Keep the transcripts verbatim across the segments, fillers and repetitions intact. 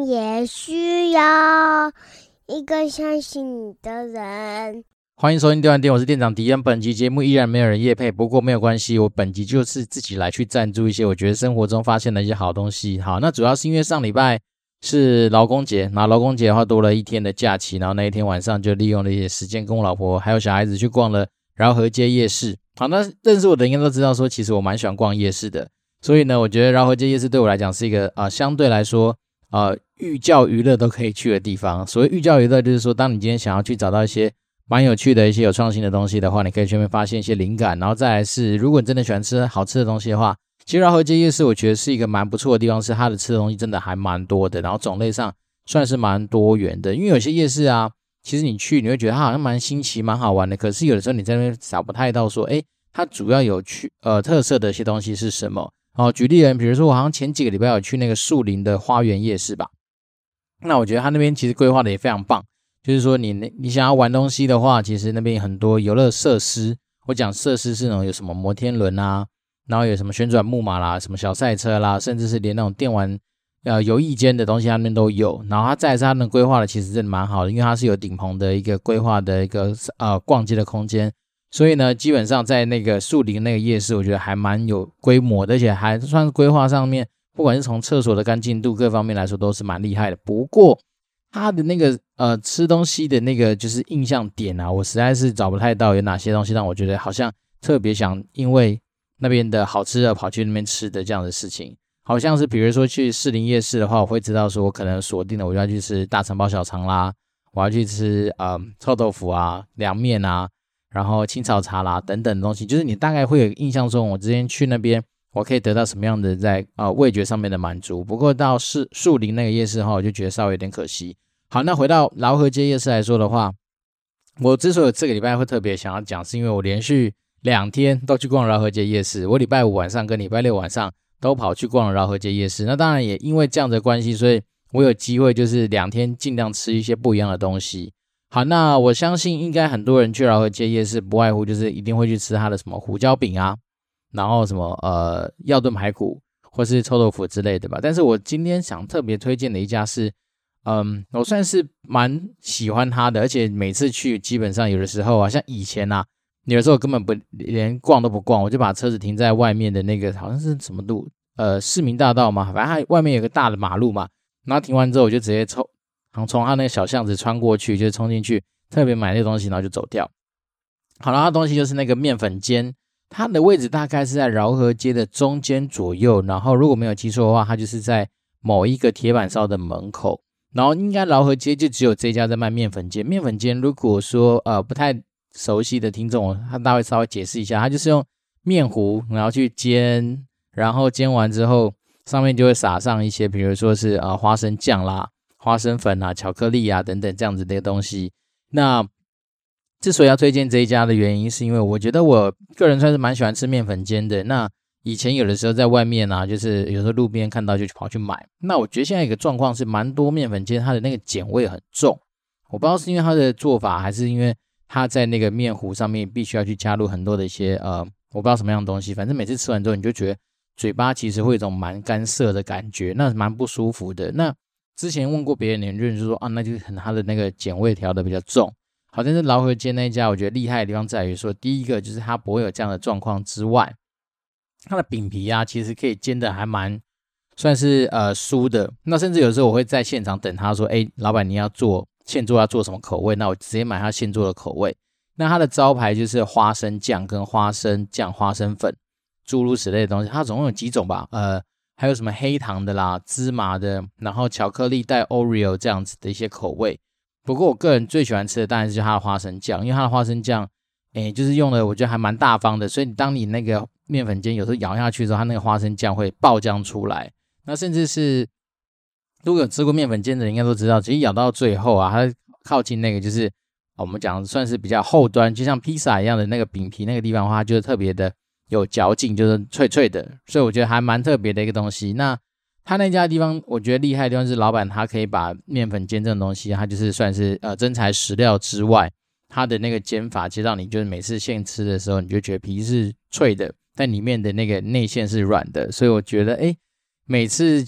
们也需要一个相信你的人。 欢迎收听电玩店，我是店长迪恩。本集节目依然没有人业配，不过没有关系，我本集就是自己来去赞助一些我觉得生活中发现的一些好东西。好，那主要是因为上礼拜是劳工节，那劳工节的话多了一天的假期，然后那一天晚上就利用了一些时间跟我老婆还有小孩子去逛了饶河街夜市。好，那认识我的应该都知道说其实我蛮喜欢逛夜市的，所以呢我觉得饶河街夜市对我来讲是一个、呃、相对来说呃寓教于乐都可以去的地方。所谓寓教于乐就是说当你今天想要去找到一些蛮有趣的一些有创新的东西的话，你可以去那边发现一些灵感。然后再来是如果你真的喜欢吃好吃的东西的话，其实饶河街夜市我觉得是一个蛮不错的地方，是它的吃的东西真的还蛮多的，然后种类上算是蛮多元的。因为有些夜市啊其实你去你会觉得它好像蛮新奇蛮好玩的，可是有的时候你在那边找不太到说诶它主要有去呃特色的一些东西是什么。哦，举例人比如说我好像前几个礼拜有去那个树林的花园夜市吧，那我觉得它那边其实规划的也非常棒，就是说你你想要玩东西的话，其实那边很多游乐设施。我讲设施是那种有什么摩天轮啊，然后有什么旋转木马啦，什么小赛车啦，甚至是连那种电玩呃游艺间的东西它那边都有。然后它再来是它的规划的其实真的蛮好的，因为它是有顶棚的一个规划的一个呃逛街的空间，所以呢基本上在那个树林那个夜市我觉得还蛮有规模的，而且还算是规划上面不管是从厕所的干净度各方面来说都是蛮厉害的。不过它的那个呃吃东西的那个就是印象点啊，我实在是找不太到有哪些东西让我觉得好像特别想因为那边的好吃的跑去那边吃的这样的事情。好像是比如说去士林夜市的话，我会知道说我可能锁定了我就要去吃大肠包小肠啦，我要去吃呃臭豆腐啊、凉面啊，然后清炒茶啦等等的东西，就是你大概会有印象中我之前去那边我可以得到什么样的在呃味觉上面的满足。不过到是树林那个夜市的话，我就觉得稍微有点可惜。好，那回到饶河街夜市来说的话，我之所以这个礼拜会特别想要讲，是因为我连续两天都去逛饶河街夜市，我礼拜五晚上跟礼拜六晚上都跑去逛了饶河街夜市。那当然也因为这样的关系，所以我有机会就是两天尽量吃一些不一样的东西。好，那我相信应该很多人去饶河街夜市不外乎就是一定会去吃它的什么胡椒饼啊，然后什么呃药炖排骨或是臭豆腐之类的吧。但是我今天想特别推荐的一家是嗯，我算是蛮喜欢它的，而且每次去基本上有的时候啊，像以前啊，有的时候我根本不连逛都不逛，我就把车子停在外面的那个好像是什么路呃市民大道嘛，反正它外面有个大的马路嘛，然后停完之后我就直接冲从它那个小巷子穿过去，就冲进去特别买那个东西，然后就走掉。好了，它的东西就是那个面粉煎，它的位置大概是在饶河街的中间左右，然后如果没有记错的话，它就是在某一个铁板烧的门口。然后应该饶河街就只有这家在卖面粉煎。面粉煎如果说呃不太熟悉的听众，他大概稍微解释一下，他就是用面糊然后去煎，然后煎完之后上面就会撒上一些比如说是呃花生酱啦、花生粉啊、巧克力啊等等这样子的东西。那之所以要推荐这一家的原因是因为我觉得我个人算是蛮喜欢吃面粉煎的。那以前有的时候在外面啊，就是有时候路边看到就跑去买。那我觉得现在一个状况是蛮多面粉煎它的那个碱味很重，我不知道是因为它的做法还是因为它在那个面糊上面必须要去加入很多的一些呃我不知道什么样的东西，反正每次吃完之后你就觉得嘴巴其实会有一种蛮干涩的感觉，那蛮不舒服的。那之前问过别人，有人就说啊，那就是可能它的那个碱味调的比较重。好，但是饶河街那一家我觉得厉害的地方在于说，第一个就是它不会有这样的状况之外，它的饼皮啊其实可以煎的还蛮算是呃酥的。那甚至有时候我会在现场等他说，诶老板你要做现做要做什么口味，那我直接买他现做的口味。那它的招牌就是花生酱跟花生酱花生粉诸如此类的东西，它总共有几种吧，呃还有什么黑糖的啦、芝麻的，然后巧克力带 Oreo 这样子的一些口味。不过我个人最喜欢吃的当然是它的花生酱，因为它的花生酱诶就是用的我觉得还蛮大方的，所以当你那个面粉煎有时候咬下去的时候，它那个花生酱会爆浆出来。那甚至是如果有吃过面粉煎的人应该都知道，其实咬到最后啊，它靠近那个就是我们讲算是比较后端，就像披萨一样的那个饼皮那个地方的话，就是特别的有嚼劲，就是脆脆的，所以我觉得还蛮特别的一个东西。那他那家地方我觉得厉害的地方是老板他可以把面粉煎这种东西，他就是算是呃真材实料之外，他的那个煎法其实让你就是每次现吃的时候你就觉得皮是脆的，但里面的那个内馅是软的。所以我觉得诶每次去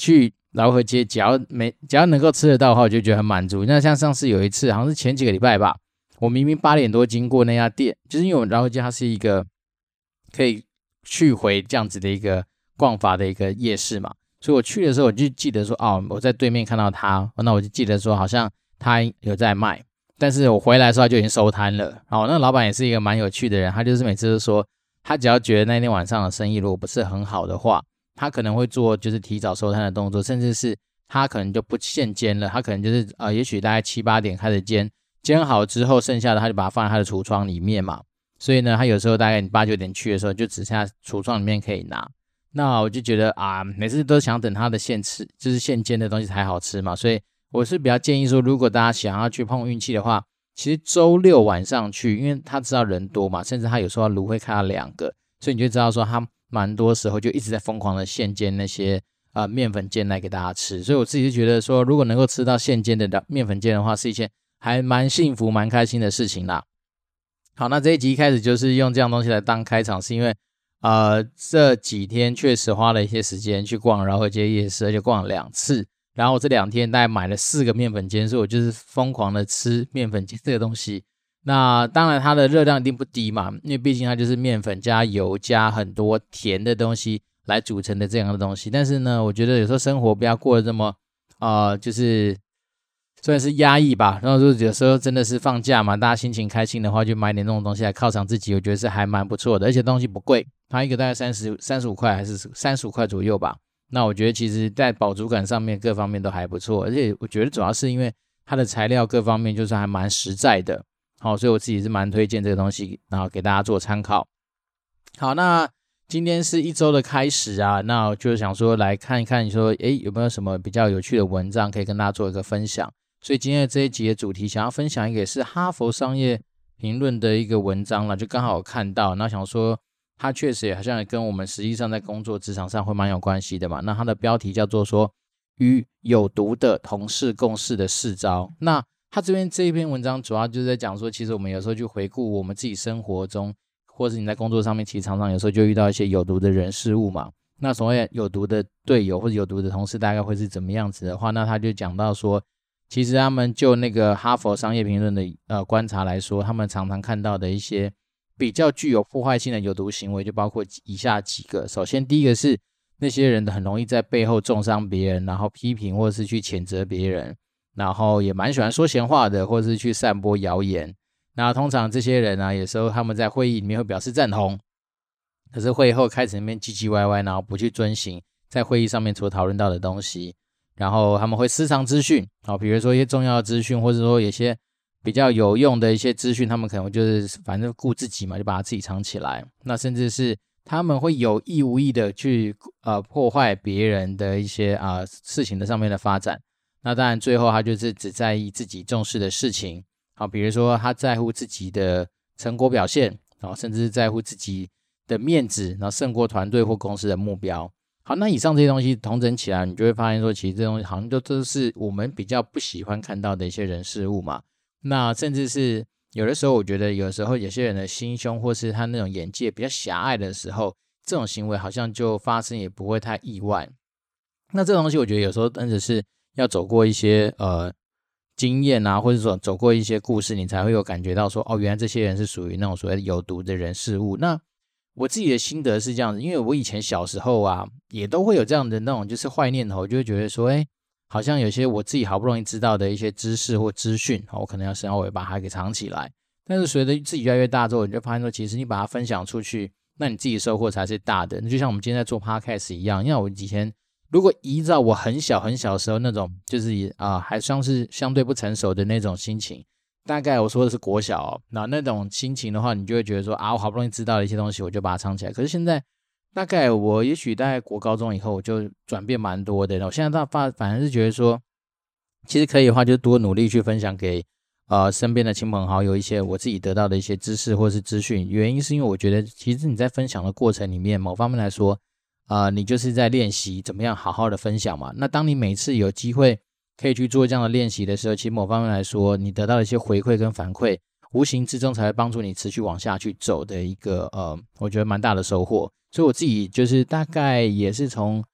饶河街只要没只要能够吃得到的话，我就觉得很满足。那像上次有一次，好像是前几个礼拜吧，我明明八点多经过那家店，就是因为我们饶河街它是一个可以去回这样子的一个逛法的一个夜市嘛，所以我去的时候我就记得说，哦，我在对面看到他，那我就记得说好像他有在卖，但是我回来的时候他就已经收摊了。哦，那老板也是一个蛮有趣的人，他就是每次都说，他只要觉得那天晚上的生意如果不是很好的话，他可能会做就是提早收摊的动作，甚至是他可能就不现煎了，他可能就是呃，也许大概七八点开始煎，煎好之后剩下的他就把它放在他的橱窗里面嘛，所以呢，他有时候大概你八九点去的时候，就只剩下橱窗里面可以拿。那我就觉得啊，每次都想等他的现吃，就是现煎的东西才好吃嘛，所以我是比较建议说，如果大家想要去碰运气的话，其实周六晚上去，因为他知道人多嘛，甚至他有时候炉会开到两个，所以你就知道说他蛮多时候就一直在疯狂的现煎那些呃面粉煎来给大家吃，所以我自己就觉得说，如果能够吃到现煎的面粉煎的话，是一件还蛮幸福蛮开心的事情啦。好，那这一集一开始就是用这样东西来当开场，是因为呃这几天确实花了一些时间去逛饶河街夜市，而且逛了两次，然后这两天大概买了四个面粉煎，所以我就是疯狂的吃面粉煎这个东西。那当然它的热量一定不低嘛，因为毕竟它就是面粉加油加很多甜的东西来组成的这样的东西。但是呢，我觉得有时候生活不要过得这么呃就是算是压抑吧，然后就有时候真的是放假嘛，大家心情开心的话，就买点那种东西来犒赏自己，我觉得是还蛮不错的，而且东西不贵，它一个大概三十、三十五块还是三十五块左右吧。那我觉得其实在饱足感上面各方面都还不错，而且我觉得主要是因为它的材料各方面就是还蛮实在的。好，所以我自己是蛮推荐这个东西，然后给大家做参考。好，那今天是一周的开始啊，那我就想说来看一看，你说诶有没有什么比较有趣的文章可以跟大家做一个分享。所以今天的这一集的主题想要分享一个是哈佛商业评论的一个文章啦，就刚好有看到，那想说它确实也好像跟我们实际上在工作职场上会蛮有关系的嘛。那它的标题叫做说与有毒的同事共事的四招。那他这边这一篇文章主要就是在讲说，其实我们有时候去回顾我们自己生活中，或是你在工作上面，其实常常有时候就遇到一些有毒的人事物嘛。那所谓有毒的队友或者有毒的同事大概会是怎么样子的话，那他就讲到说，其实他们就那个哈佛商业评论的呃观察来说，他们常常看到的一些比较具有破坏性的有毒行为，就包括以下几个。首先第一个是那些人很容易在背后中伤别人，然后批评或者是去谴责别人，然后也蛮喜欢说闲话的，或者是去散播谣言。那通常这些人啊，有时候他们在会议里面会表示赞同，可是会后开始那边唧唧歪歪，然后不去遵行在会议上面所讨论到的东西，然后他们会私藏资讯，好，比如说一些重要的资讯，或者说有些比较有用的一些资讯，他们可能就是反正顾自己嘛，就把它自己藏起来。那甚至是他们会有意无意的去呃破坏别人的一些啊、呃、事情的上面的发展。那当然最后他就是只在意自己重视的事情，好，比如说他在乎自己的成果表现，然后甚至是在乎自己的面子，然后胜过团队或公司的目标。好，那以上这些东西统整起来，你就会发现说，其实这东西好像就都是我们比较不喜欢看到的一些人事物嘛。那甚至是有的时候，我觉得有时候有些人的心胸或是他那种眼界比较狭隘的时候，这种行为好像就发生也不会太意外。那这种东西我觉得有时候真的是要走过一些呃经验啊，或者说走过一些故事，你才会有感觉到说，哦，原来这些人是属于那种所谓的有毒的人事物。那我自己的心得是这样子，因为我以前小时候啊，也都会有这样的那种就是坏念头，就会觉得说，哎，好像有些我自己好不容易知道的一些知识或资讯，我可能要稍微把它给藏起来。但是随着自己越来越大之后，你就发现说，其实你把它分享出去，那你自己收获才是大的。就像我们今天在做 podcast 一样，因为我以前如果依照我很小很小的时候那种就是啊、呃、还算是相对不成熟的那种心情，大概我说的是国小哦，那那种心情的话，你就会觉得说啊，我好不容易知道的一些东西，我就把它藏起来。可是现在大概我也许大概国高中以后，我就转变蛮多的。我现在到反反而是觉得说，其实可以的话，就多努力去分享给呃身边的亲朋好友一些我自己得到的一些知识或是资讯。原因是因为我觉得，其实你在分享的过程里面，某方面来说，呃，你就是在练习怎么样好好的分享嘛。那当你每次有机会可以去做这样的练习的时候，其实某方面来说，你得到的一些回馈跟反馈，无形之中才会帮助你持续往下去走的一个呃，我觉得蛮大的收获。所以我自己就是大概也是从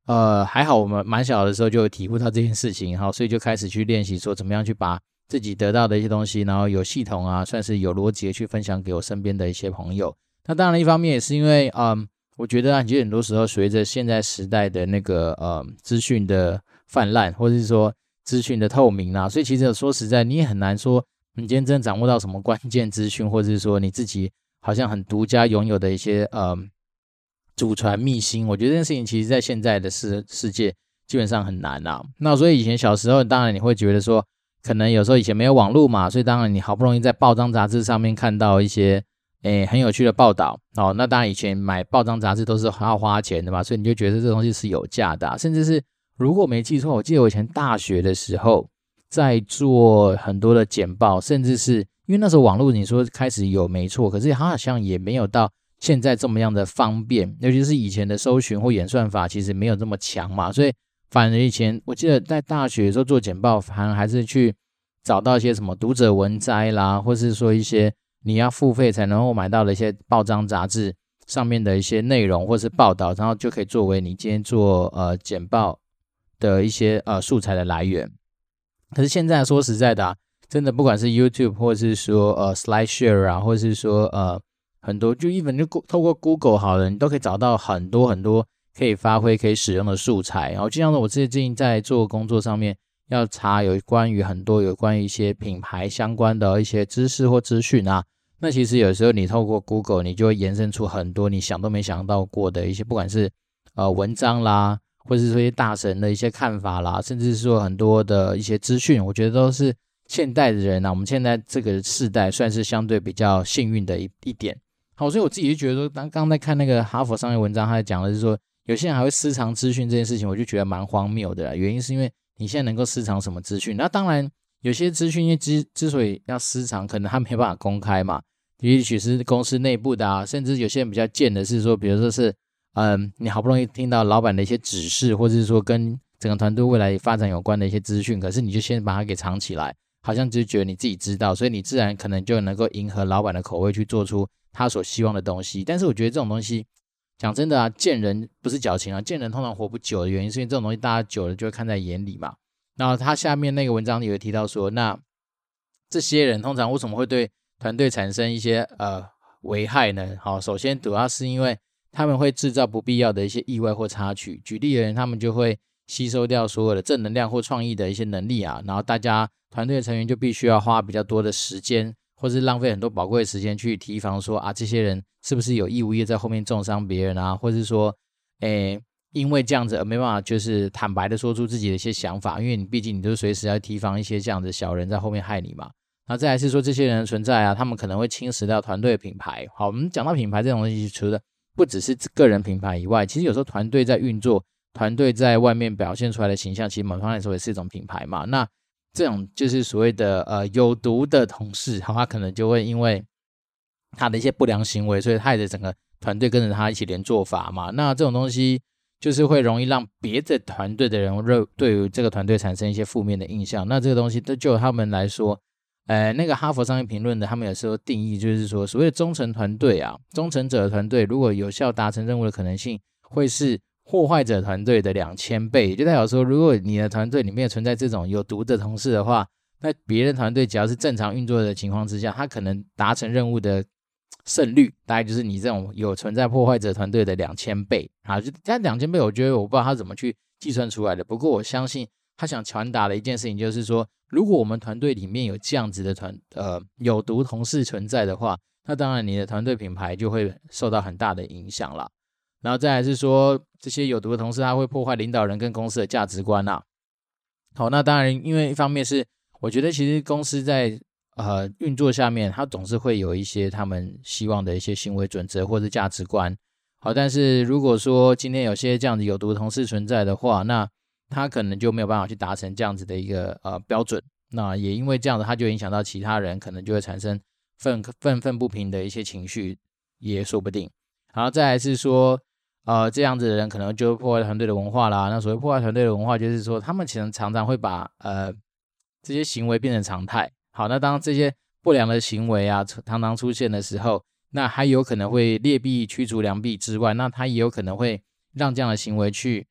呃，还好我们蛮小的时候就有体悟到这件事情，好，所以就开始去练习说怎么样去把自己得到的一些东西，然后有系统啊，算是有逻辑的去分享给我身边的一些朋友。那当然一方面也是因为，嗯，我觉得啊，其实很多时候随着现在时代的那个呃资讯的泛滥，或者是说资讯的透明啊，所以其实说实在，你也很难说你今天真的掌握到什么关键资讯，或者是说你自己好像很独家拥有的一些呃祖传秘辛。我觉得这件事情其实在现在的世世界基本上很难啊。那所以以前小时候，当然你会觉得说，可能有时候以前没有网络嘛，所以当然你好不容易在报章杂志上面看到一些诶很有趣的报道哦。那当然以前买报章杂志都是要花钱的嘛，所以你就觉得这东西是有价的啊。甚至是如果没记错，我记得我以前大学的时候在做很多的简报，甚至是因为那时候网络你说开始有没错，可是好像也没有到现在这么样的方便，尤其是以前的搜寻或演算法其实没有这么强嘛，所以反而以前我记得在大学的时候做简报，反而还是去找到一些什么读者文摘啦，或是说一些你要付费才能够买到的一些报章杂志上面的一些内容或是报道，然后就可以作为你今天做呃简报的一些呃素材的来源。可是现在说实在的啊，真的不管是 YouTube 或是说呃 SlideShare 啊，或是说呃很多就even就透过 Google 好了，你都可以找到很多很多可以发挥可以使用的素材。然后就像我最近在做工作上面要查有关于很多有关于一些品牌相关的一些知识或资讯啊，那其实有时候你透过 Google 你就会延伸出很多你想都没想到过的一些，不管是呃文章啦，或是说一些大神的一些看法啦，甚至是说很多的一些资讯，我觉得都是现代的人啊，我们现在这个世代算是相对比较幸运的一一点。好，所以我自己就觉得说，当刚才看那个哈佛商业文章，他讲的是说，有些人还会私藏资讯这件事情，我就觉得蛮荒谬的啦。原因是因为你现在能够私藏什么资讯？那当然，有些资讯因为之之所以要私藏，可能他没办法公开嘛，也许是公司内部的啊，甚至有些人比较贱的是说，比如说是，嗯，你好不容易听到老板的一些指示，或者是说跟整个团队未来发展有关的一些资讯，可是你就先把它给藏起来，好像就觉得你自己知道，所以你自然可能就能够迎合老板的口味去做出他所希望的东西。但是我觉得这种东西讲真的啊，见人不是矫情啊，见人通常活不久的原因是因为这种东西大家久了就会看在眼里嘛。然后他下面那个文章里有提到说，那这些人通常为什么会对团队产生一些呃危害呢？好，首先主要是因为他们会制造不必要的一些意外或插曲。举例而言，他们就会吸收掉所有的正能量或创意的一些能力啊，然后大家团队成员就必须要花比较多的时间，或是浪费很多宝贵的时间去提防说啊，这些人是不是有意无意在后面重伤别人啊，或是说，诶，因为这样子而没办法就是坦白的说出自己的一些想法，因为你毕竟你就随时要提防一些这样的小人在后面害你嘛。然后再来是说这些人的存在啊，他们可能会侵蚀到团队的品牌。好，我们讲到品牌这种东西，除了不只是个人品牌以外，其实有时候团队在运作，团队在外面表现出来的形象，其实某方面来说也是一种品牌嘛。那这种就是所谓的呃有毒的同事，他可能就会因为他的一些不良行为，所以害得整个团队跟着他一起连做法嘛。那这种东西就是会容易让别的团队的人对于这个团队产生一些负面的印象。那这个东西就他们来说，呃，那个哈佛商业评论的他们有时候定义就是说，所谓的忠诚团队啊，忠诚者的团队如果有效达成任务的可能性会是破坏者团队的两千倍，也就代表说，如果你的团队里面存在这种有毒的同事的话，那别人团队只要是正常运作的情况之下，他可能达成任务的胜率大概就是你这种有存在破坏者团队的两千倍啊，就他两千倍，我觉得我不知道他怎么去计算出来的，不过我相信他想传达的一件事情就是说，如果我们团队里面有这样子的团呃有毒同事存在的话，那当然你的团队品牌就会受到很大的影响啦。然后再来是说，这些有毒的同事他会破坏领导人跟公司的价值观啊。好，那当然因为一方面是我觉得其实公司在呃运作下面，它总是会有一些他们希望的一些行为准则或者价值观。好，但是如果说今天有些这样子有毒的同事存在的话，那他可能就没有办法去达成这样子的一个呃标准。那也因为这样子，他就影响到其他人，可能就会产生愤愤愤不平的一些情绪，也说不定。然后再来是说，呃，这样子的人可能就破坏团队的文化啦。那所谓破坏团队的文化，就是说他们其实常常会把呃这些行为变成常态。好，那当这些不良的行为啊常常出现的时候，那还有可能会劣币驱逐良币之外，那他也有可能会让这样的行为去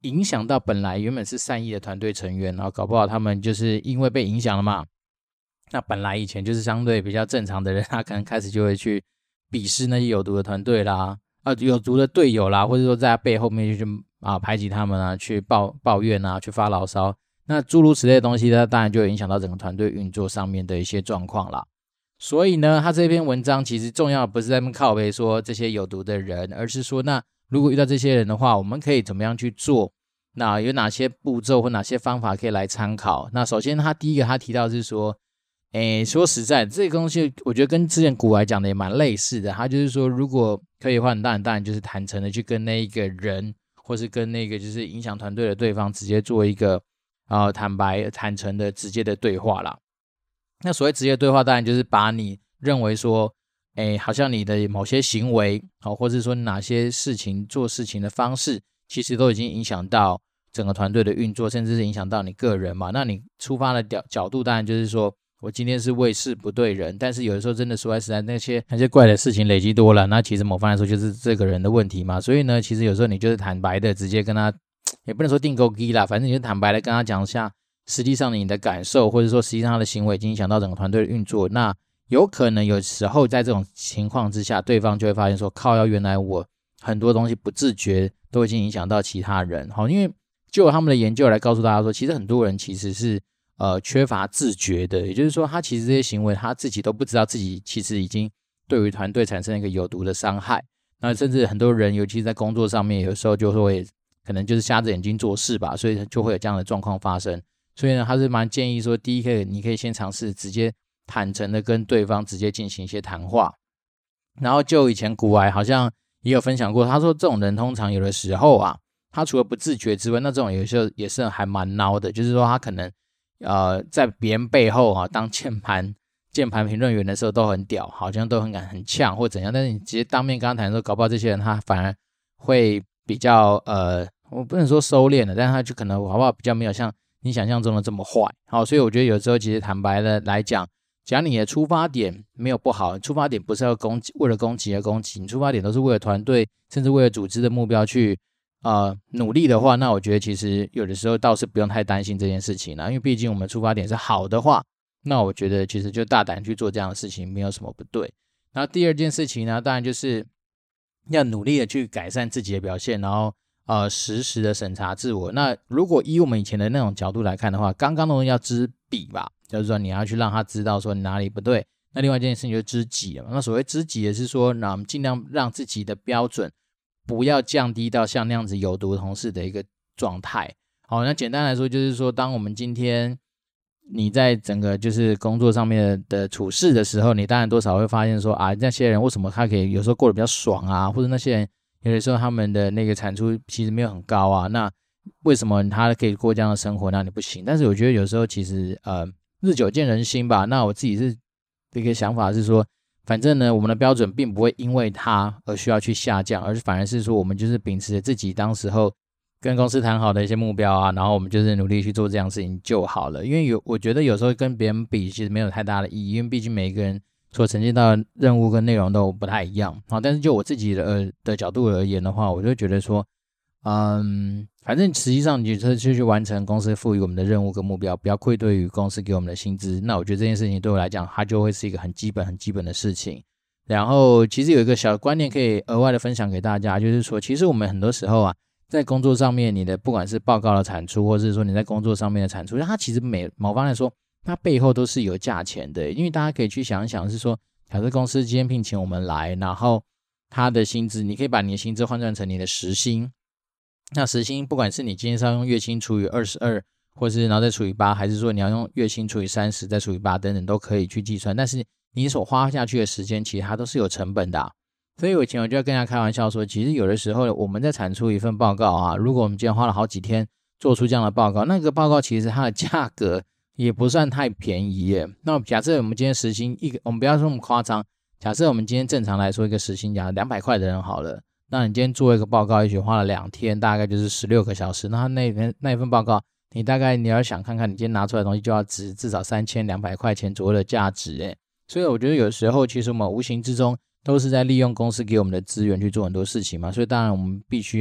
影响到本来原本是善意的团队成员，然后搞不好他们就是因为被影响了嘛，那本来以前就是相对比较正常的人，他可能开始就会去鄙视那些有毒的团队啦，啊有毒的队友啦，或者说在他背后面去啊排挤他们啊，去抱抱怨啊，去发牢骚，那诸如此类的东西，它当然就会影响到整个团队运作上面的一些状况啦。所以呢，他这篇文章其实重要的不是在那边靠北说这些有毒的人，而是说那如果遇到这些人的话，我们可以怎么样去做？那有哪些步骤或哪些方法可以来参考？那首先他第一个他提到是说，诶，说实在这个东西我觉得跟之前古来讲的也蛮类似的，他就是说如果可以的话，当然当然就是坦诚的去跟那一个人或是跟那个就是影响团队的对方直接做一个呃坦白坦诚的直接的对话啦。那所谓直接对话，当然就是把你认为说，诶，好像你的某些行为，好，或者说哪些事情做事情的方式，其实都已经影响到整个团队的运作，甚至是影响到你个人嘛。那你出发的角度，当然就是说我今天是为事不对人，但是有的时候真的说来实在，那些那些怪的事情累积多了，那其实某方来说就是这个人的问题嘛。所以呢，其实有时候你就是坦白的，直接跟他，也不能说定勾机啦，反正你就坦白的跟他讲一下。实际上你的感受或者说实际上他的行为已经影响到整个团队的运作，那有可能有时候在这种情况之下，对方就会发现说靠腰，原来我很多东西不自觉都已经影响到其他人。好，因为就有他们的研究来告诉大家说，其实很多人其实是呃缺乏自觉的，也就是说他其实这些行为他自己都不知道自己其实已经对于团队产生一个有毒的伤害。那甚至很多人尤其是在工作上面，有时候就会可能就是瞎着眼睛做事吧，所以就会有这样的状况发生。所以呢，他是蛮建议说，第一个你可以先尝试直接坦诚的跟对方直接进行一些谈话。然后就以前古来好像也有分享过，他说这种人通常有的时候啊，他除了不自觉之外，那这种有时候也是还蛮孬的，就是说他可能呃在别人背后啊当键盘键盘评论员的时候都很屌，好像都很敢很呛或怎样，但是你直接当面跟他谈的时候，搞不好这些人他反而会比较呃，我不能说收敛了，但是他就可能好不好比较没有像你想象中的这么坏。好，所以我觉得有时候其实坦白的来讲，假如你的出发点没有不好，出发点不是要攻击，为了攻击而攻击，你出发点都是为了团队甚至为了组织的目标去呃努力的话，那我觉得其实有的时候倒是不用太担心这件事情啦，因为毕竟我们出发点是好的话，那我觉得其实就大胆去做这样的事情没有什么不对。然后第二件事情呢，当然就是要努力的去改善自己的表现，然后呃，实时的审查自我。那如果以我们以前的那种角度来看的话，刚刚的东西要知彼吧，就是说你要去让他知道说你哪里不对。那另外一件事情就是知己了。那所谓知己也是说，那我们尽量让自己的标准不要降低到像那样子有毒同事的一个状态。好，那简单来说就是说，当我们今天你在整个就是工作上面的处事的时候，你当然多少会发现说啊，那些人为什么他可以有时候过得比较爽啊，或者那些人有的时候他们的那个产出其实没有很高啊，那为什么他可以过这样的生活，那你不行？但是我觉得有时候其实呃日久见人心吧。那我自己是一个想法是说，反正呢我们的标准并不会因为他而需要去下降，而反而是说我们就是秉持着自己当时候跟公司谈好的一些目标啊，然后我们就是努力去做这样的事情就好了。因为有我觉得有时候跟别人比其实没有太大的意义，因为毕竟每一个人所呈现到的任务跟内容都不太一样。好，但是就我自己的、呃、的角度而言的话，我就觉得说嗯，反正实际上你就是去完成公司赋予我们的任务跟目标，不要愧对于公司给我们的薪资。那我觉得这件事情对我来讲，它就会是一个很基本很基本的事情。然后其实有一个小观念可以额外的分享给大家，就是说其实我们很多时候啊，在工作上面你的不管是报告的产出，或者是说你在工作上面的产出，它其实每某方来说它背后都是有价钱的。因为大家可以去想一想，是说假设公司今天聘请我们来，然后他的薪资你可以把你的薪资换算成你的时薪，那时薪不管是你今天是要用月薪除以二十二，或是然后再除以八，还是说你要用月薪除以三十再除以八等等都可以去计算，但是你所花下去的时间其实它都是有成本的啊。所以我以前我就要跟大家开玩笑说，其实有的时候我们在产出一份报告啊，如果我们今天花了好几天做出这样的报告，那个报告其实它的价格也不算太便宜耶。那假设我们今天时薪一个，我们不要说那么夸张，假设我们今天正常来说一个时薪讲两百块的人好了，那你今天做一个报告也许花了两天，大概就是十六个小时，那那那一份报告你大概你要想看看你今天拿出来的东西就要值至少三千两百块钱左右的价值耶。所以我觉得有时候其实我们无形之中都是在利用公司给我们的资源去做很多事情嘛，所以当然我们必须要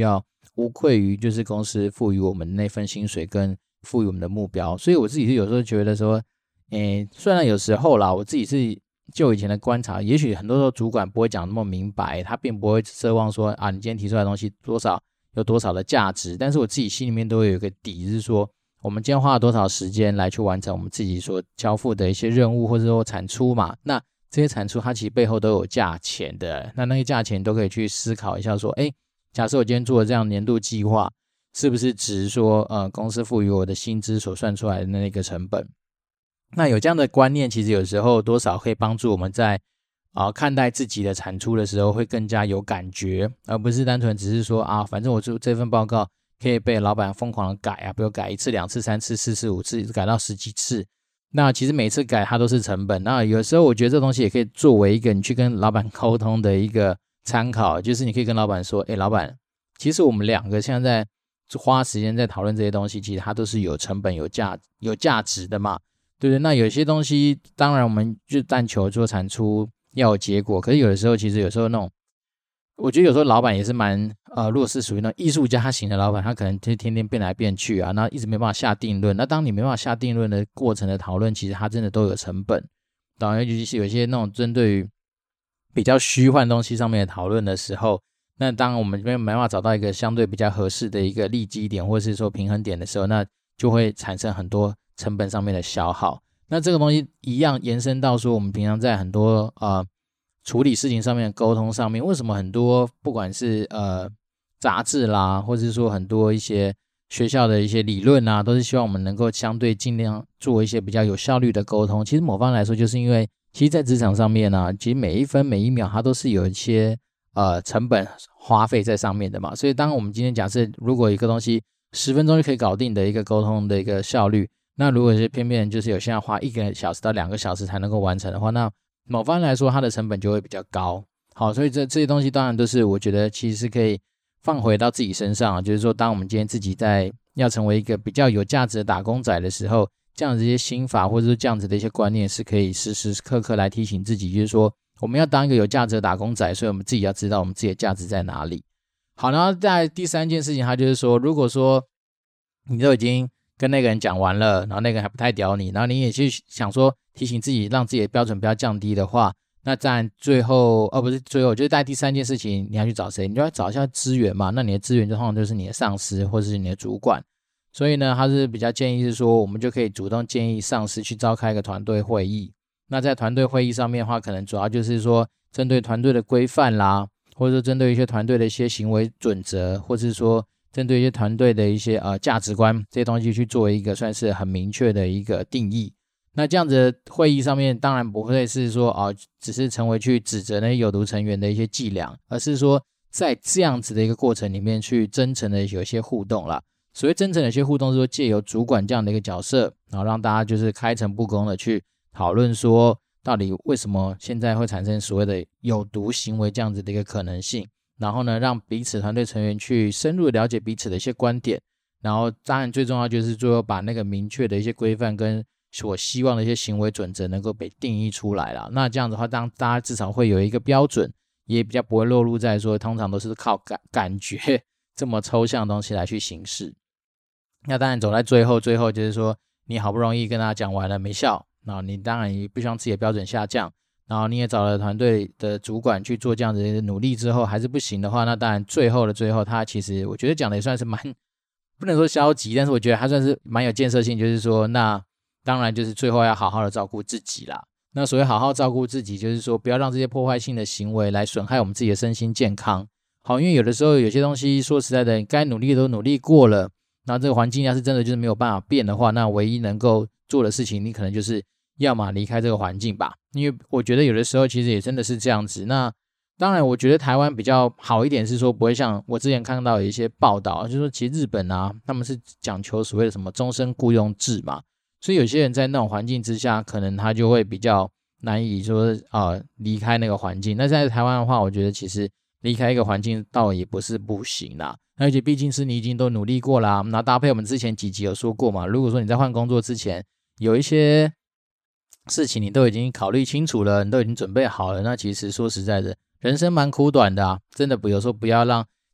无愧于就是公司赋予我们那份薪水跟赋予我们的目标。所以我自己是有时候觉得说，诶，虽然有时候啦，我自己是就以前的观察，也许很多时候主管不会讲那么明白，他并不会奢望说啊，你今天提出来的东西多少有多少的价值，但是我自己心里面都会有一个底，是说我们今天花了多少时间来去完成我们自己所交付的一些任务或者说产出嘛，那这些产出它其实背后都有价钱的，那那些价钱都可以去思考一下说，诶，假设我今天做了这样年度计划，是不是值说呃公司赋予我的薪资所算出来的那个成本？那有这样的观念，其实有时候多少可以帮助我们在啊、呃、看待自己的产出的时候会更加有感觉，而不是单纯只是说啊，反正我做这份报告可以被老板疯狂的改啊，比如改一次、两次、三次、四次、五次，改到十几次。那其实每次改它都是成本。那有时候我觉得这东西也可以作为一个你去跟老板沟通的一个参考，就是你可以跟老板说，诶，老板，其实我们两个现在在花时间在讨论这些东西，其实它都是有成本、有价、有价值的嘛，对不对？那有些东西，当然我们就但求做产出要有结果，可是有的时候，其实有时候那种，我觉得有时候老板也是蛮呃，如果是属于那种艺术家型的老板，他可能就天天变来变去啊，那一直没办法下定论。那当你没办法下定论的过程的讨论，其实它真的都有成本。当然，尤其是有些那种针对于比较虚幻东西上面的讨论的时候，那当我们没办法找到一个相对比较合适的一个利基点，或是说平衡点的时候，那就会产生很多成本上面的消耗。那这个东西一样延伸到说，我们平常在很多呃处理事情上面的沟通上面，为什么很多不管是呃杂志啦，或者是说很多一些学校的一些理论啊，都是希望我们能够相对尽量做一些比较有效率的沟通。其实某方来说，就是因为其实在职场上面啊，其实每一分每一秒它都是有一些呃成本花费在上面的嘛。所以当我们今天假设如果一个东西十分钟就可以搞定的一个沟通的一个效率，那如果是偏偏就是有些人花一个小时到两个小时才能够完成的话，那某方来说它的成本就会比较高。好，所以这这些东西当然都是我觉得其实是可以放回到自己身上，就是说当我们今天自己在要成为一个比较有价值的打工仔的时候，这样子一些心法或者是这样子的一些观念是可以时时刻刻来提醒自己，就是说我们要当一个有价值的打工仔，所以我们自己要知道我们自己的价值在哪里。好，然后在第三件事情，它就是说，如果说你都已经跟那个人讲完了，然后那个人还不太屌你，然后你也去想说提醒自己让自己的标准不要降低的话，那当然最后哦不是最后，就是在第三件事情你要去找谁，你就要找一下资源嘛。那你的资源就通常就是你的上司或者是你的主管。所以呢他是比较建议是说，我们就可以主动建议上司去召开一个团队会议。那在团队会议上面的话，可能主要就是说针对团队的规范啦，或者说针对一些团队的一些行为准则，或者是说针对一些团队的一些呃价值观，这些东西去做一个算是很明确的一个定义。那这样子的会议上面当然不会是说哦，只是成为去指责那些有毒成员的一些伎俩，而是说在这样子的一个过程里面去真诚的有一些互动啦。所谓真诚的一些互动是说借由主管这样的一个角色，然后让大家就是开诚布公的去讨论说到底为什么现在会产生所谓的有毒行为这样子的一个可能性，然后呢让彼此团队成员去深入了解彼此的一些观点，然后当然最重要就是最后把那个明确的一些规范跟所希望的一些行为准则能够被定义出来啦。那这样子的话，当大家至少会有一个标准，也比较不会落入在说通常都是靠感感觉这么抽象的东西来去行事。那当然走在最后最后就是说你好不容易跟他讲完了没效，然后你当然也不希望自己的标准下降，然后你也找了团队的主管去做这样子的努力之后还是不行的话，那当然最后的最后他其实我觉得讲的也算是蛮不能说消极，但是我觉得他算是蛮有建设性，就是说那当然就是最后要好好的照顾自己啦。那所谓好好照顾自己，就是说不要让这些破坏性的行为来损害我们自己的身心健康。好，因为有的时候有些东西说实在的该努力都努力过了，然后这个环境要是真的就是没有办法变的话，那唯一能够做的事情你可能就是要么离开这个环境吧。因为我觉得有的时候其实也真的是这样子。那当然我觉得台湾比较好一点是说不会像我之前看到有一些报道，就是说其实日本啊他们是讲求所谓的什么终身雇佣制嘛，所以有些人在那种环境之下可能他就会比较难以说呃离开那个环境。那在台湾的话，我觉得其实离开一个环境倒也不是不行啦，而且毕竟是你已经都努力过啦。那搭配我们之前几集有说过嘛，如果说你在换工作之前有一些事情你都已经考虑清楚了，你都已经准备好了，那其实说实在的人生蛮苦短的啊，真的有时候不要让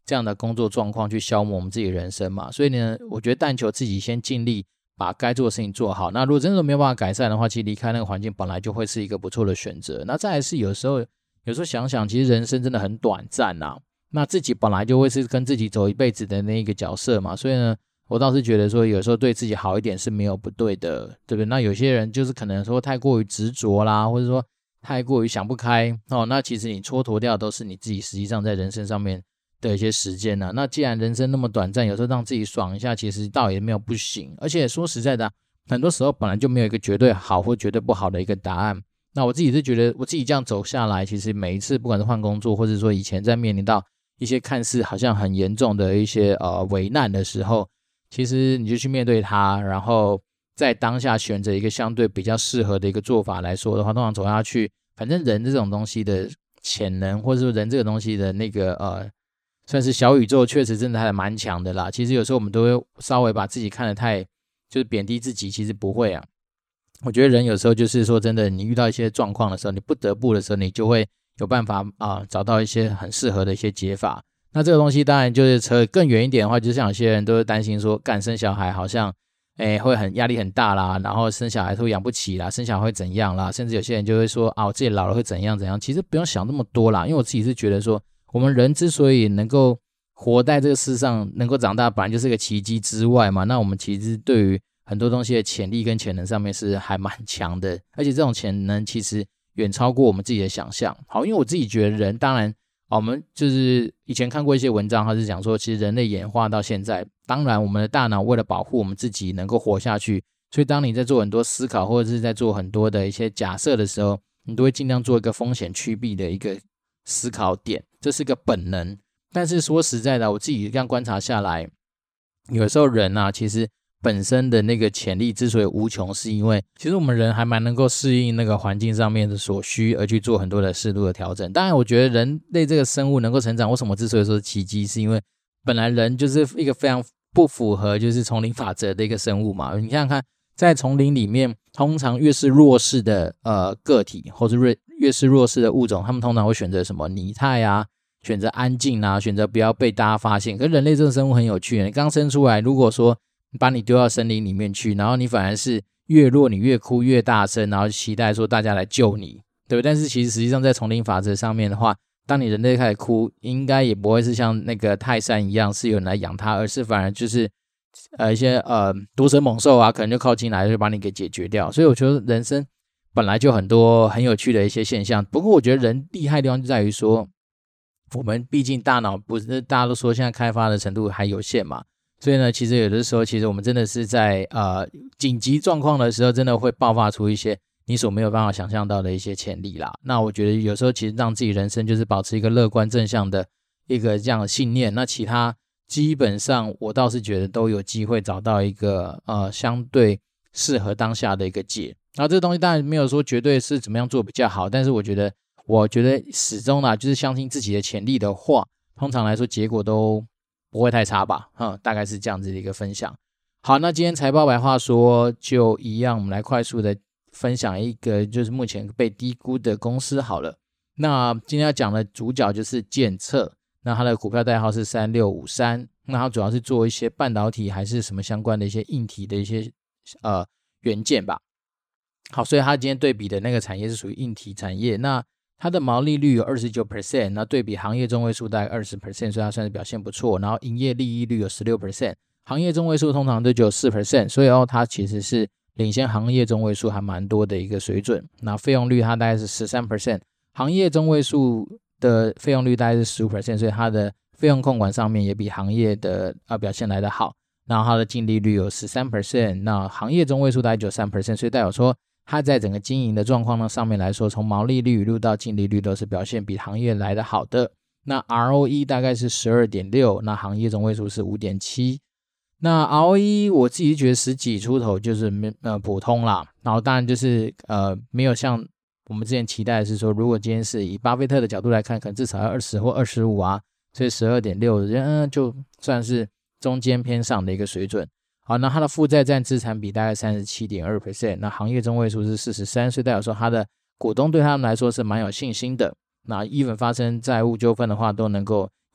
这样的工作状况去消磨我们自己的人生嘛。所以呢，我觉得但求自己先尽力把该做的事情做好。那如果真的没有办法改善的话，其实离开那个环境本来就会是一个不错的选择。那再来是有时候有时候想想，其实人生真的很短暂啊。那自己本来就会是跟自己走一辈子的那一个角色嘛，所以呢，我倒是觉得说有时候对自己好一点是没有不对的，对不对？那有些人就是可能说太过于执着啦，或者说太过于想不开哦，那其实你蹉跎掉都是你自己实际上在人生上面的一些时间啊。那既然人生那么短暂，有时候让自己爽一下，其实倒也没有不行。而且说实在的，很多时候本来就没有一个绝对好或绝对不好的一个答案。那我自己是觉得，我自己这样走下来，其实每一次不管是换工作，或者说以前在面临到一些看似好像很严重的一些呃危难的时候，其实你就去面对它，然后在当下选择一个相对比较适合的一个做法来说的话，通常走下去，反正人这种东西的潜能，或者说人这个东西的那个呃，算是小宇宙，确实真的还蛮强的啦。其实有时候我们都会稍微把自己看得太就是贬低自己，其实不会啊。我觉得人有时候就是说真的，你遇到一些状况的时候，你不得不的时候，你就会有办法啊、呃，找到一些很适合的一些解法。那这个东西当然就是扯更远一点的话，就像有些人都会担心说，干生小孩好像诶会很压力很大啦，然后生小孩会养不起啦，生小孩会怎样啦，甚至有些人就会说啊，我自己老了会怎样怎样。其实不用想那么多啦，因为我自己是觉得说，我们人之所以能够活在这个世上，能够长大，本来就是个奇迹之外嘛。那我们其实对于很多东西的潜力跟潜能上面是还蛮强的，而且这种潜能其实远超过我们自己的想象。好，因为我自己觉得人当然我们就是以前看过一些文章，他是讲说其实人类演化到现在，当然我们的大脑为了保护我们自己能够活下去，所以当你在做很多思考或者是在做很多的一些假设的时候，你都会尽量做一个风险趋避的一个思考点，这是个本能。但是说实在的，我自己这样观察下来，有时候人啊其实本身的那个潜力之所以无穷，是因为其实我们人还蛮能够适应那个环境上面的所需，而去做很多的适度的调整。当然我觉得人类这个生物能够成长，为什么之所以说是奇迹，是因为本来人就是一个非常不符合就是丛林法则的一个生物嘛。你想想看，在丛林里面，通常越是弱势的呃个体，或者越是弱势的物种，他们通常会选择什么拟态啊，选择安静啊，选择不要被大家发现。可是人类这个生物很有趣，你刚生出来，如果说把你丢到森林里面去，然后你反而是越弱你越哭越大声，然后期待说大家来救你，对不对？但是其实实际上在丛林法则上面的话，当你人类开始哭，应该也不会是像那个泰山一样是有人来养它，而是反而就是呃一些呃毒蛇猛兽啊，可能就靠近来就把你给解决掉。所以我觉得人生本来就很多很有趣的一些现象。不过我觉得人厉害的地方就在于说，我们毕竟大脑不是大家都说现在开发的程度还有限嘛，所以呢，其实有的时候，其实我们真的是在呃紧急状况的时候，真的会爆发出一些你所没有办法想象到的一些潜力啦。那我觉得有时候其实让自己人生就是保持一个乐观正向的一个这样的信念，那其他基本上我倒是觉得都有机会找到一个呃相对适合当下的一个解。然后这个东西当然没有说绝对是怎么样做比较好，但是我觉得我觉得始终啦，就是相信自己的潜力的话，通常来说结果都不会太差吧，嗯，大概是这样子的一个分享。好，那今天财报白话说就一样，我们来快速的分享一个就是目前被低估的公司好了。那今天要讲的主角就是健策，那它的股票代号是三六五三，那它主要是做一些半导体还是什么相关的一些硬体的一些呃元件吧。好，所以它今天对比的那个产业是属于硬体产业，那它的毛利率有 百分之二十九， 那对比行业中位数大概 百分之二十， 所以它算是表现不错。然后营业利益率有 百分之十六， 行业中位数通常都只有 百分之四， 所以哦，它其实是领先行业中位数还蛮多的一个水准。那费用率它大概是 百分之十三， 行业中位数的费用率大概是 百分之十五， 所以它的费用控管上面也比行业的、呃、表现来得好。然后它的净利率有 百分之十三， 那行业中位数大概只有 百分之三， 所以代表说它在整个经营的状况呢上面来说，从毛利率一路到净利率都是表现比行业来得好的。那 R O E 大概是 十二点六， 那行业中位数是 五点七。 那 R O E 我自己觉得十几出头就是呃普通啦，然后当然就是呃没有像我们之前期待的是说，如果今天是以巴菲特的角度来看，可能至少要二十或二十五啊，所以 十二点六 嗯就算是中间偏上的一个水准。好，那它的负债占资产比大概 百分之三十七点二， 那行业中位数是四十三，所以代表说它的股东对他们来说是蛮有信心的。那even发生债务纠纷的话，都能够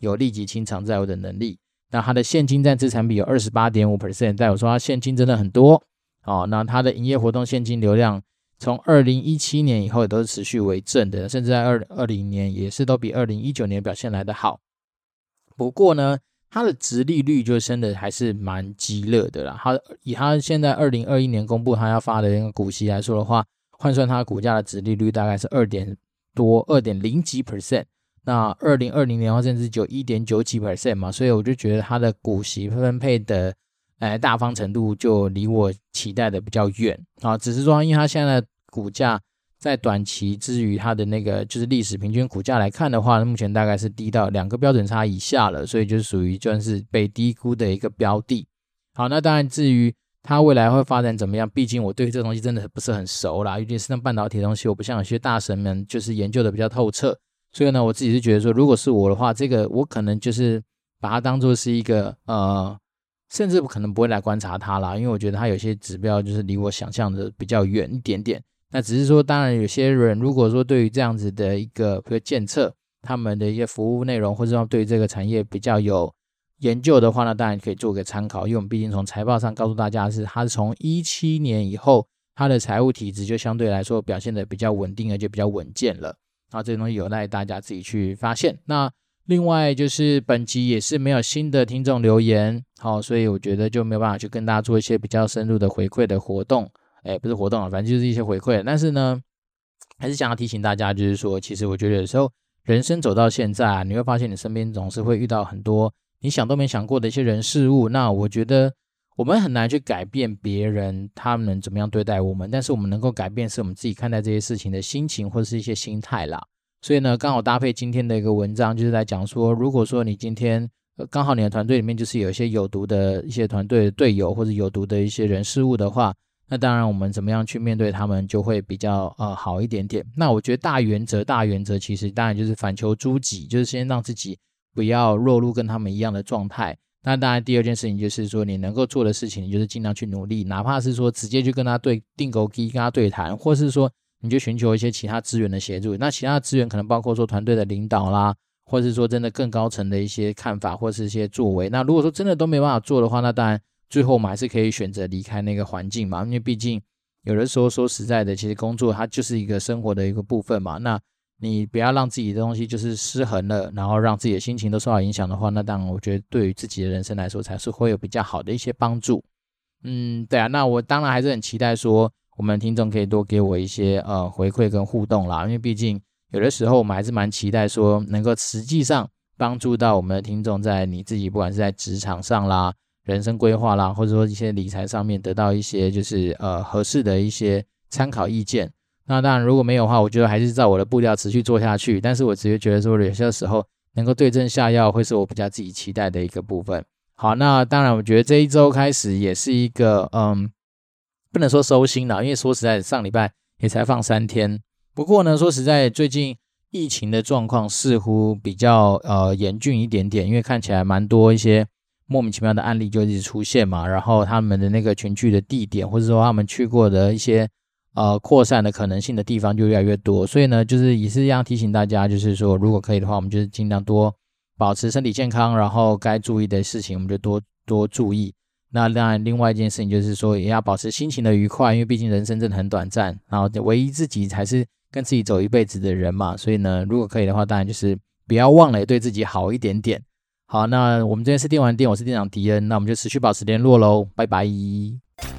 有立即清偿债务的能力。那它的现金占资产比有 百分之二十八点五， 代表说它现金真的很多、哦、那它的营业活动现金流量从二零一七年以后也都是持续为正的，甚至在二零二零年也是都比二零一九年表现来的好。不过呢，它的殖利率就真的还是蛮激烈的啦。它以它现在二零二一年公布它要发的那个股息来说的话，换算它股价的殖利率大概是二点多 二点零 几 percent， 那二零二零年的话甚至只有 一点九 几 percent 嘛，所以我就觉得它的股息分配的呃大方程度就离我期待的比较远啊。只是说因为它现在的股价在短期之于它的那个就是历史平均股价来看的话，目前大概是低到两个标准差以下了，所以就属于算是被低估的一个标的。好，那当然至于它未来会发展怎么样，毕竟我对这个东西真的不是很熟啦，尤其是那半导体的东西我不像有些大神们就是研究的比较透彻，所以呢我自己是觉得说，如果是我的话，这个我可能就是把它当作是一个呃，甚至可能不会来观察它啦，因为我觉得它有些指标就是离我想象的比较远一点点。那只是说当然有些人如果说对于这样子的一个比如监测他们的一些服务内容，或者说对于这个产业比较有研究的话呢，当然可以做个参考，因为我们毕竟从财报上告诉大家是它是从一七年以后它的财务体质就相对来说表现的比较稳定而且比较稳健了，那这个东西有赖大家自己去发现。那另外就是本集也是没有新的听众留言，好，所以我觉得就没有办法去跟大家做一些比较深入的回馈的活动，哎，不是活动了，反正就是一些回馈。但是呢还是想要提醒大家，就是说其实我觉得有时候人生走到现在啊，你会发现你身边总是会遇到很多你想都没想过的一些人事物，那我觉得我们很难去改变别人他们怎么样对待我们，但是我们能够改变是我们自己看待这些事情的心情或者是一些心态啦。所以呢刚好搭配今天的一个文章，就是在讲说，如果说你今天刚好你的团队里面就是有一些有毒的一些团队的队友或者有毒的一些人事物的话，那当然我们怎么样去面对他们就会比较呃好一点点。那我觉得大原则大原则其实当然就是反求诸己，就是先让自己不要落入跟他们一样的状态。那当然第二件事情就是说，你能够做的事情你就是尽量去努力，哪怕是说直接去跟他对定勾机跟他对谈，或是说你就寻求一些其他资源的协助。那其他资源可能包括说团队的领导啦，或是说真的更高层的一些看法或是一些作为。那如果说真的都没办法做的话，那当然最后我们还是可以选择离开那个环境嘛，因为毕竟有的时候说实在的，其实工作它就是一个生活的一个部分嘛，那你不要让自己的东西就是失衡了，然后让自己的心情都受到影响的话，那当然我觉得对于自己的人生来说才是会有比较好的一些帮助。嗯，对啊，那我当然还是很期待说我们听众可以多给我一些呃回馈跟互动啦，因为毕竟有的时候我们还是蛮期待说能够实际上帮助到我们的听众在你自己不管是在职场上啦、人生规划啦，或者说一些理财上面得到一些就是呃合适的一些参考意见。那当然如果没有的话，我觉得还是照我的步调持续做下去，但是我只是觉得说有些时候能够对症下药会是我比较自己期待的一个部分。好，那当然我觉得这一周开始也是一个嗯，不能说收心啦，因为说实在上礼拜也才放三天，不过呢说实在最近疫情的状况似乎比较呃严峻一点点，因为看起来蛮多一些莫名其妙的案例就一直出现嘛，然后他们的那个群聚的地点或者说他们去过的一些呃扩散的可能性的地方就越来越多，所以呢就是也是一样提醒大家，就是说如果可以的话，我们就是尽量多保持身体健康，然后该注意的事情我们就多多注意。那当然另外一件事情就是说也要保持心情的愉快，因为毕竟人生真的很短暂，然后唯一自己才是跟自己走一辈子的人嘛，所以呢如果可以的话，当然就是不要忘了也对自己好一点点。好，那我们这边是电玩店，我是店长迪恩，那我们就持续保持联络咯，拜拜。